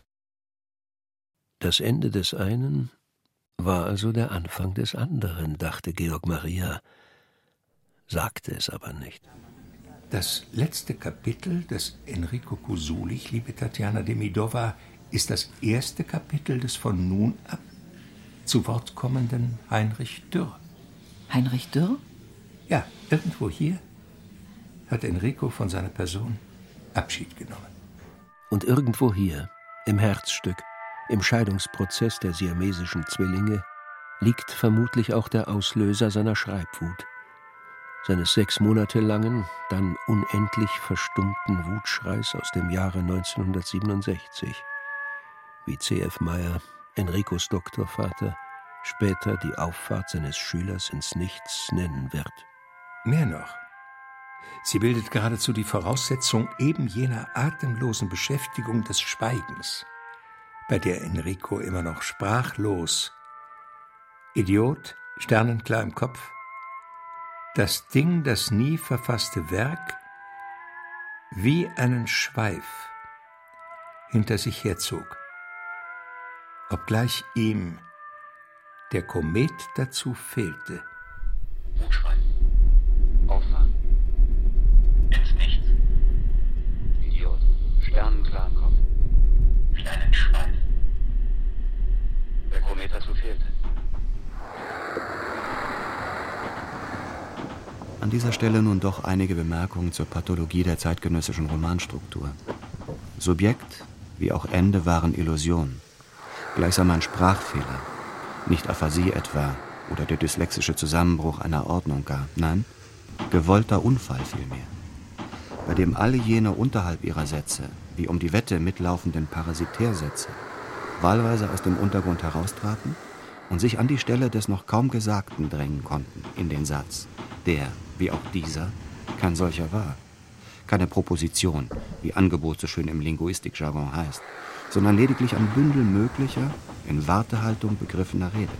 Das Ende des einen war also der Anfang des anderen, dachte Georg Maria, sagte es aber nicht. Das letzte Kapitel des Enrico Kusulich, liebe Tatjana Demidova, ist das erste Kapitel des von nun ab zu Wort kommenden Heinrich Dürr. Heinrich Dürr? Ja, irgendwo hier hat Enrico von seiner Person Abschied genommen. Und irgendwo hier, im Herzstück, im Scheidungsprozess der siamesischen Zwillinge, liegt vermutlich auch der Auslöser seiner Schreibwut, seines 6 Monate langen, dann unendlich verstummten Wutschreis aus dem Jahre 1967, wie C.F. Meyer, Enricos Doktorvater, später die Auffahrt seines Schülers ins Nichts nennen wird. Mehr noch. Sie bildet geradezu die Voraussetzung eben jener atemlosen Beschäftigung des Schweigens, bei der Enrico immer noch sprachlos, Idiot, sternenklar im Kopf, das Ding, das nie verfasste Werk, wie einen Schweif hinter sich herzog, obgleich ihm der Komet dazu fehlte. Wutschrei. Auffahren. Ins Nichts. Idiot. Sternenklar im Kopf. Wie einen Schweif. Der Komet dazu fehlte. An dieser Stelle nun doch einige Bemerkungen zur Pathologie der zeitgenössischen Romanstruktur. Subjekt wie auch Ende waren Illusion, gleichsam ein Sprachfehler, nicht Aphasie etwa oder der dyslexische Zusammenbruch einer Ordnung gar, nein, gewollter Unfall vielmehr, bei dem alle jene unterhalb ihrer Sätze, wie um die Wette mitlaufenden Parasitärsätze, wahlweise aus dem Untergrund heraustraten und sich an die Stelle des noch kaum Gesagten drängen konnten in den Satz, der, wie auch dieser, kein solcher war. Keine Proposition, wie Angebot so schön im Linguistikjargon heißt, sondern lediglich ein Bündel möglicher, in Wartehaltung begriffener Rede.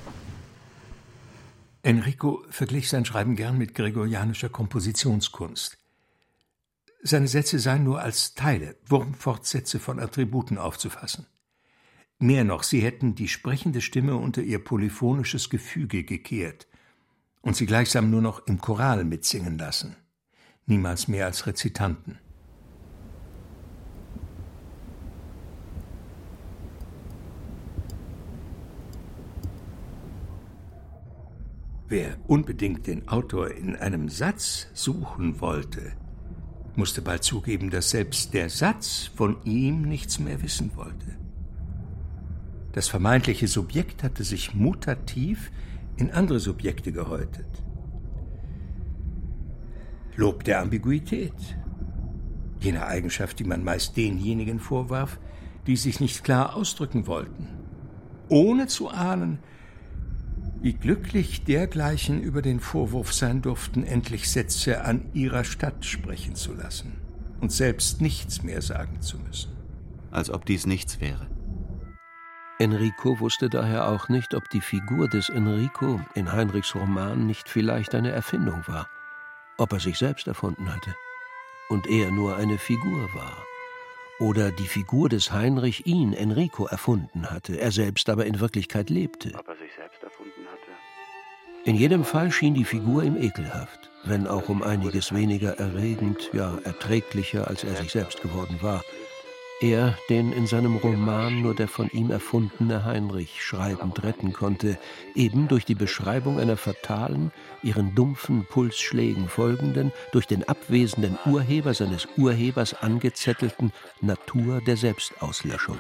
Enrico verglich sein Schreiben gern mit gregorianischer Kompositionskunst. Seine Sätze seien nur als Teile, Wurmfortsätze von Attributen aufzufassen. Mehr noch, sie hätten die sprechende Stimme unter ihr polyphonisches Gefüge gekehrt und sie gleichsam nur noch im Choral mitsingen lassen, niemals mehr als Rezitanten. Wer unbedingt den Autor in einem Satz suchen wollte, musste bald zugeben, dass selbst der Satz von ihm nichts mehr wissen wollte. Das vermeintliche Subjekt hatte sich mutativ in andere Subjekte gehäutet. Lob der Ambiguität, jene Eigenschaft, die man meist denjenigen vorwarf, die sich nicht klar ausdrücken wollten, ohne zu ahnen, wie glücklich dergleichen über den Vorwurf sein durften, endlich Sätze an ihrer Stadt sprechen zu lassen und selbst nichts mehr sagen zu müssen. Als ob dies nichts wäre. Enrico wusste daher auch nicht, ob die Figur des Enrico in Heinrichs Roman nicht vielleicht eine Erfindung war, ob er sich selbst erfunden hatte und er nur eine Figur war, oder die Figur des Heinrich ihn, Enrico, erfunden hatte, er selbst aber in Wirklichkeit lebte. Ob er sich selbst erfunden hatte? In jedem Fall schien die Figur ihm ekelhaft, wenn auch um einiges weniger erregend, ja erträglicher, als er sich selbst geworden war. Er, den in seinem Roman nur der von ihm erfundene Heinrich schreibend retten konnte, eben durch die Beschreibung einer fatalen, ihren dumpfen Pulsschlägen folgenden, durch den abwesenden Urheber seines Urhebers angezettelten Natur der Selbstauslöschung.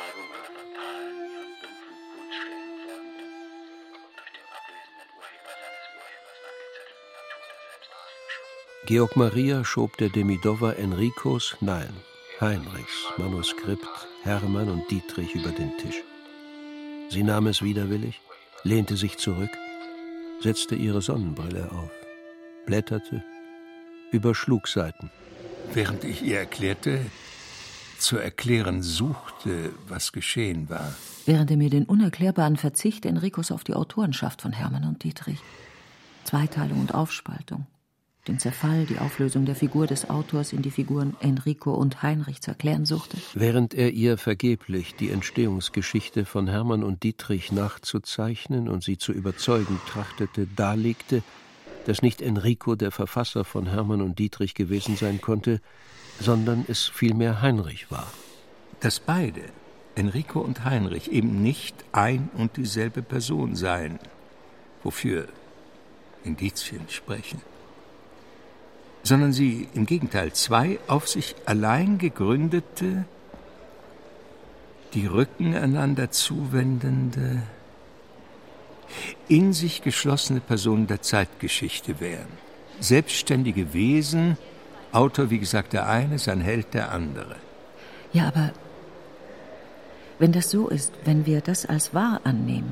Georg Maria schob der Demidova Enricos, nein, Heinrichs Manuskript Hermann und Dietrich über den Tisch. Sie nahm es widerwillig, lehnte sich zurück, setzte ihre Sonnenbrille auf, blätterte, überschlug Seiten. Während ich ihr erklärte, zu erklären suchte, was geschehen war. Während er mir den unerklärbaren Verzicht Enricos auf die Autorenschaft von Hermann und Dietrich, Zweiteilung und Aufspaltung, den Zerfall, die Auflösung der Figur des Autors in die Figuren Enrico und Heinrich zu erklären suchte. Während er ihr vergeblich die Entstehungsgeschichte von Hermann und Dietrich nachzuzeichnen und sie zu überzeugen trachtete, darlegte, dass nicht Enrico der Verfasser von Hermann und Dietrich gewesen sein konnte, sondern es vielmehr Heinrich war. Dass beide, Enrico und Heinrich, eben nicht ein und dieselbe Person seien, wofür Indizien sprechen, sondern sie im Gegenteil zwei auf sich allein gegründete, die Rücken einander zuwendende, in sich geschlossene Personen der Zeitgeschichte wären. Selbstständige Wesen, Autor, wie gesagt, der eine, sein Held der andere. Ja, aber wenn das so ist, wenn wir das als wahr annehmen,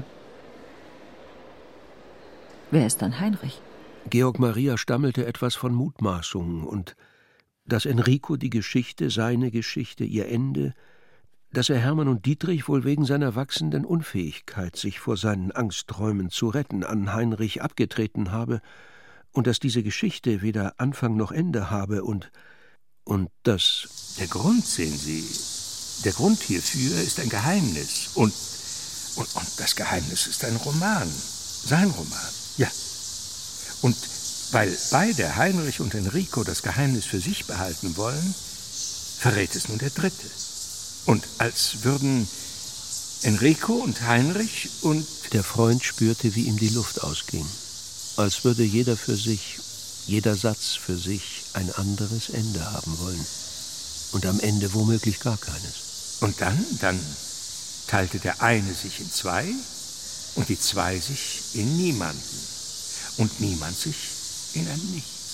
wer ist dann Heinrich? Georg Maria stammelte etwas von Mutmaßungen und dass Enrico die Geschichte, seine Geschichte, ihr Ende, dass er Hermann und Dietrich wohl wegen seiner wachsenden Unfähigkeit, sich vor seinen Angstträumen zu retten, an Heinrich abgetreten habe und dass diese Geschichte weder Anfang noch Ende habe und dass... Der Grund, sehen Sie, der Grund hierfür ist ein Geheimnis und das Geheimnis ist ein Roman, sein Roman, ja. Und weil beide, Heinrich und Enrico, das Geheimnis für sich behalten wollen, verrät es nun der Dritte. Und als würden Enrico und Heinrich und... Der Freund spürte, wie ihm die Luft ausging. Als würde jeder für sich, jeder Satz für sich ein anderes Ende haben wollen. Und am Ende womöglich gar keines. Und dann teilte der eine sich in zwei und die zwei sich in niemanden. Und niemand sich in ein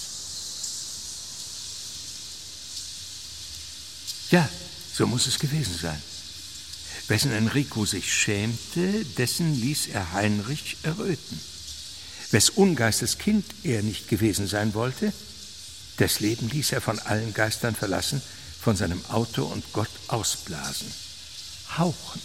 Nichts. Ja, so muss es gewesen sein. Wessen Enrico sich schämte, dessen ließ er Heinrich erröten. Wes Ungeistes Kind er nicht gewesen sein wollte, des Leben ließ er von allen Geistern verlassen, von seinem Autor und Gott ausblasen, hauchen.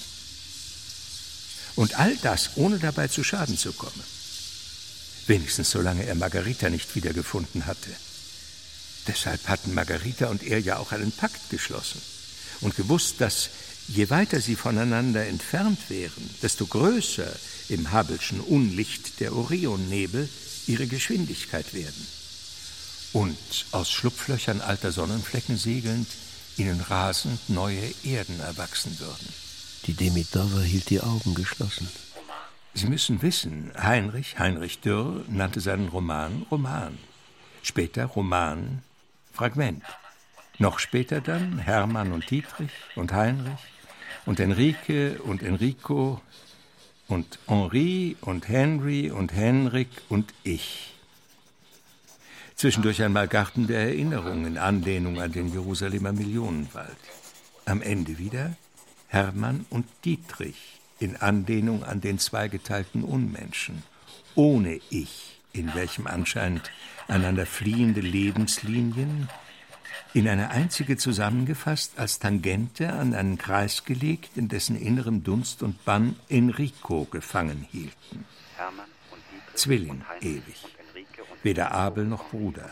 Und all das, ohne dabei zu Schaden zu kommen. Wenigstens solange er Margarita nicht wiedergefunden hatte. Deshalb hatten Margarita und er ja auch einen Pakt geschlossen und gewusst, dass je weiter sie voneinander entfernt wären, desto größer im Hubble'schen Unlicht der Orionnebel ihre Geschwindigkeit werden. Und aus Schlupflöchern alter Sonnenflecken segelnd, ihnen rasend neue Erden erwachsen würden. Die Demidova hielt die Augen geschlossen. Sie müssen wissen, Heinrich Dürr nannte seinen Roman Roman. Später Roman Fragment. Noch später dann Hermann und Dietrich und Heinrich und Enrique und Enrico und Henri und Henry und Henrik und ich. Zwischendurch einmal Garten der Erinnerung in Anlehnung an den Jerusalemer Millionenwald. Am Ende wieder Hermann und Dietrich in Anlehnung an den zweigeteilten Unmenschen, ohne Ich, in welchem anscheinend einander fliehende Lebenslinien in eine einzige zusammengefasst, als Tangente an einen Kreis gelegt, in dessen innerem Dunst und Bann Enrico gefangen hielten. Zwilling ewig, weder Abel noch Bruder.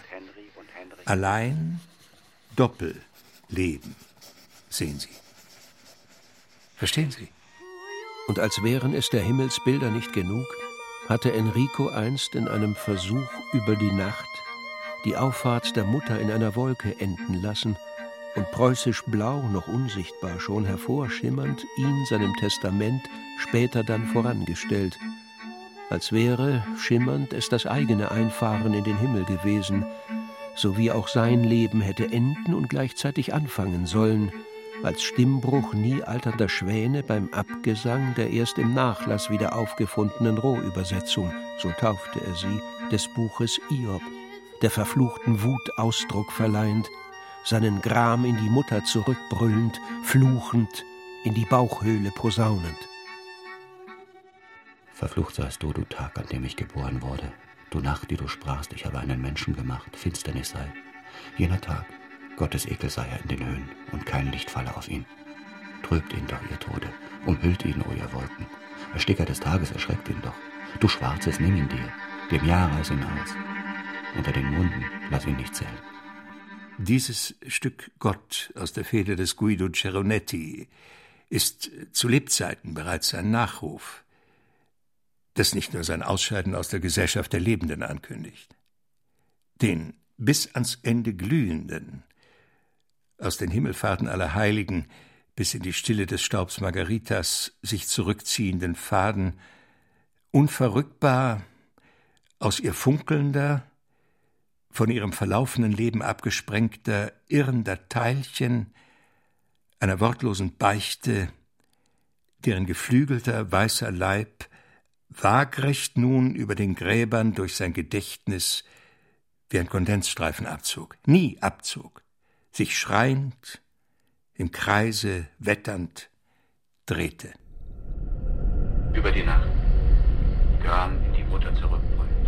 Allein Doppelleben, sehen Sie. Verstehen Sie? Und als wären es der Himmelsbilder nicht genug, hatte Enrico einst in einem Versuch über die Nacht die Auffahrt der Mutter in einer Wolke enden lassen und preußisch blau, noch unsichtbar schon hervorschimmernd, ihn seinem Testament später dann vorangestellt, als wäre, schimmernd, es das eigene Einfahren in den Himmel gewesen, so wie auch sein Leben hätte enden und gleichzeitig anfangen sollen, als Stimmbruch nie alternder Schwäne beim Abgesang der erst im Nachlass wieder aufgefundenen Rohübersetzung, so taufte er sie, des Buches Hiob, der verfluchten Wut Ausdruck verleihend, seinen Gram in die Mutter zurückbrüllend, fluchend, in die Bauchhöhle posaunend. Verflucht seist du, du Tag, an dem ich geboren wurde. Du Nacht, die du sprachst, ich habe einen Menschen gemacht, Finsternis sei. Jener Tag, Gottes Ekel sei er in den Höhen, und kein Licht falle auf ihn. Trübt ihn doch, ihr Tode, umhüllt ihn, o ihr Wolken. Ersticker des Tages, erschreckt ihn doch. Du Schwarzes, nimm ihn dir, dem Jahr reiß ihn aus. Unter den Monden lass ihn nicht zählen. Dieses Stück Gott aus der Feder des Guido Ceronetti ist zu Lebzeiten bereits ein Nachruf, das nicht nur sein Ausscheiden aus der Gesellschaft der Lebenden ankündigt. Den bis ans Ende glühenden, aus den Himmelfahrten aller Heiligen bis in die Stille des Staubs Margaritas sich zurückziehenden Faden, unverrückbar, aus ihr funkelnder, von ihrem verlaufenen Leben abgesprengter, irrender Teilchen, einer wortlosen Beichte, deren geflügelter, weißer Leib waagrecht nun über den Gräbern durch sein Gedächtnis wie ein Kondensstreifen abzog, nie abzog, sich schreiend, im Kreise wetternd drehte. Über die Nacht, Gram in die Mutter zurückbrüllt.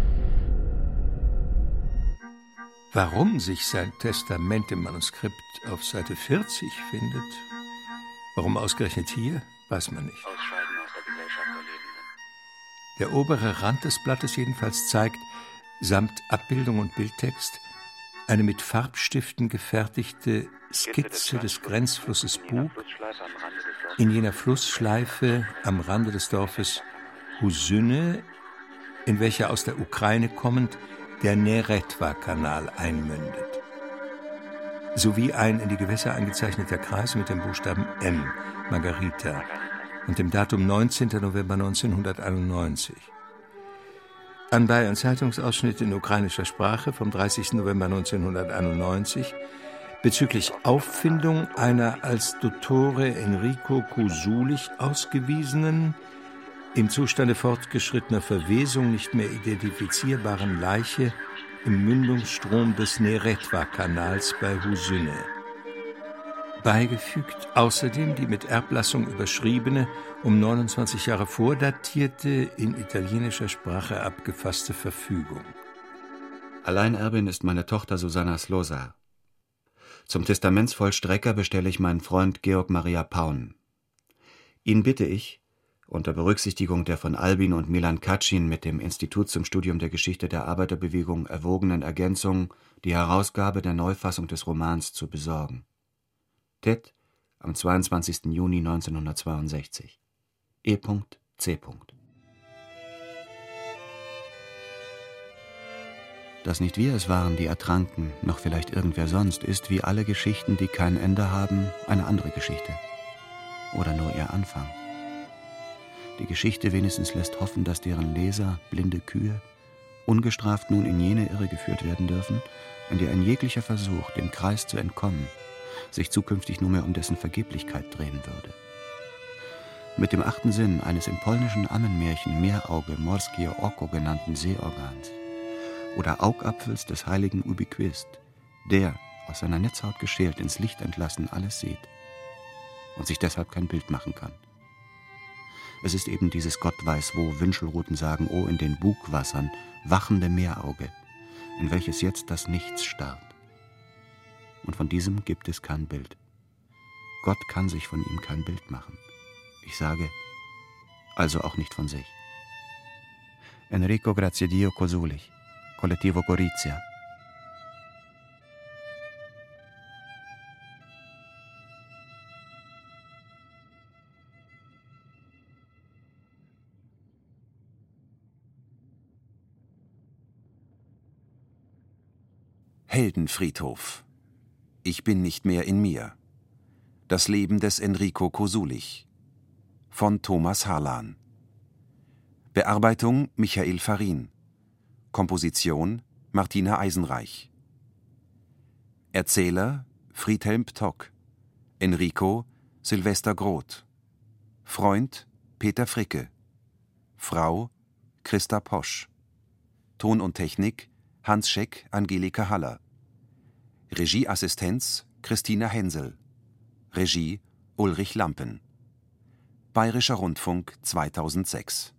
Warum sich sein Testament im Manuskript auf Seite 40 findet, warum ausgerechnet hier, weiß man nicht. Ausscheiden aus der Gesellschaft der Lebenden. Der obere Rand des Blattes jedenfalls zeigt, samt Abbildung und Bildtext, eine mit Farbstiften gefertigte Skizze des Grenzflusses Bug in jener Flussschleife am Rande des Dorfes Husyne, in welcher aus der Ukraine kommend der Neretva-Kanal einmündet, sowie ein in die Gewässer eingezeichneter Kreis mit dem Buchstaben M, Margarita, und dem Datum 19. November 1991. Anbei ein Zeitungsausschnitt in ukrainischer Sprache vom 30. November 1991 bezüglich Auffindung einer als Dottore Enrico Kusulich ausgewiesenen, im Zustande fortgeschrittener Verwesung nicht mehr identifizierbaren Leiche im Mündungsstrom des Neretva-Kanals bei Husyne. Beigefügt außerdem die mit Erblassung überschriebene, um 29 Jahre vordatierte, in italienischer Sprache abgefasste Verfügung. Alleinerbin ist meine Tochter Susanna Slosar. Zum Testamentsvollstrecker bestelle ich meinen Freund Georg Maria Paun. Ihn bitte ich, unter Berücksichtigung der von Albin und Milan Katschin mit dem Institut zum Studium der Geschichte der Arbeiterbewegung erwogenen Ergänzung, die Herausgabe der Neufassung des Romans zu besorgen. Tet am 22. Juni 1962. E.C. Dass nicht wir es waren, die ertranken, noch vielleicht irgendwer sonst, ist wie alle Geschichten, die kein Ende haben, eine andere Geschichte. Oder nur ihr Anfang. Die Geschichte wenigstens lässt hoffen, dass deren Leser, blinde Kühe, ungestraft nun in jene Irre geführt werden dürfen, in der ein jeglicher Versuch, dem Kreis zu entkommen, sich zukünftig nur mehr um dessen Vergeblichkeit drehen würde. Mit dem 8. Sinn eines im polnischen Ammenmärchen Meerauge Morskie Oko genannten Seeorgans oder Augapfels des heiligen Ubiquist, der, aus seiner Netzhaut geschält, ins Licht entlassen, alles sieht und sich deshalb kein Bild machen kann. Es ist eben dieses Gott weiß wo, Wünschelruten sagen, oh, in den Bugwassern, wachende Meerauge, in welches jetzt das Nichts starrt. Und von diesem gibt es kein Bild. Gott kann sich von ihm kein Bild machen. Ich sage, also auch nicht von sich. Enrico Graziedio Kusulich, Collettivo Gorizia. Heldenfriedhof. Ich bin nicht mehr in mir. Das Leben des Enrico Kusulich von Thomas Harlan. Bearbeitung Michael Farin. Komposition Martina Eisenreich. Erzähler Friedhelm Ptock. Enrico Silvester Groth. Freund Peter Fricke. Frau Christa Posch. Ton und Technik Hans Scheck, Angelika Haller. Regieassistenz Christina Hensel. Regie Ulrich Lampen. Bayerischer Rundfunk 2006.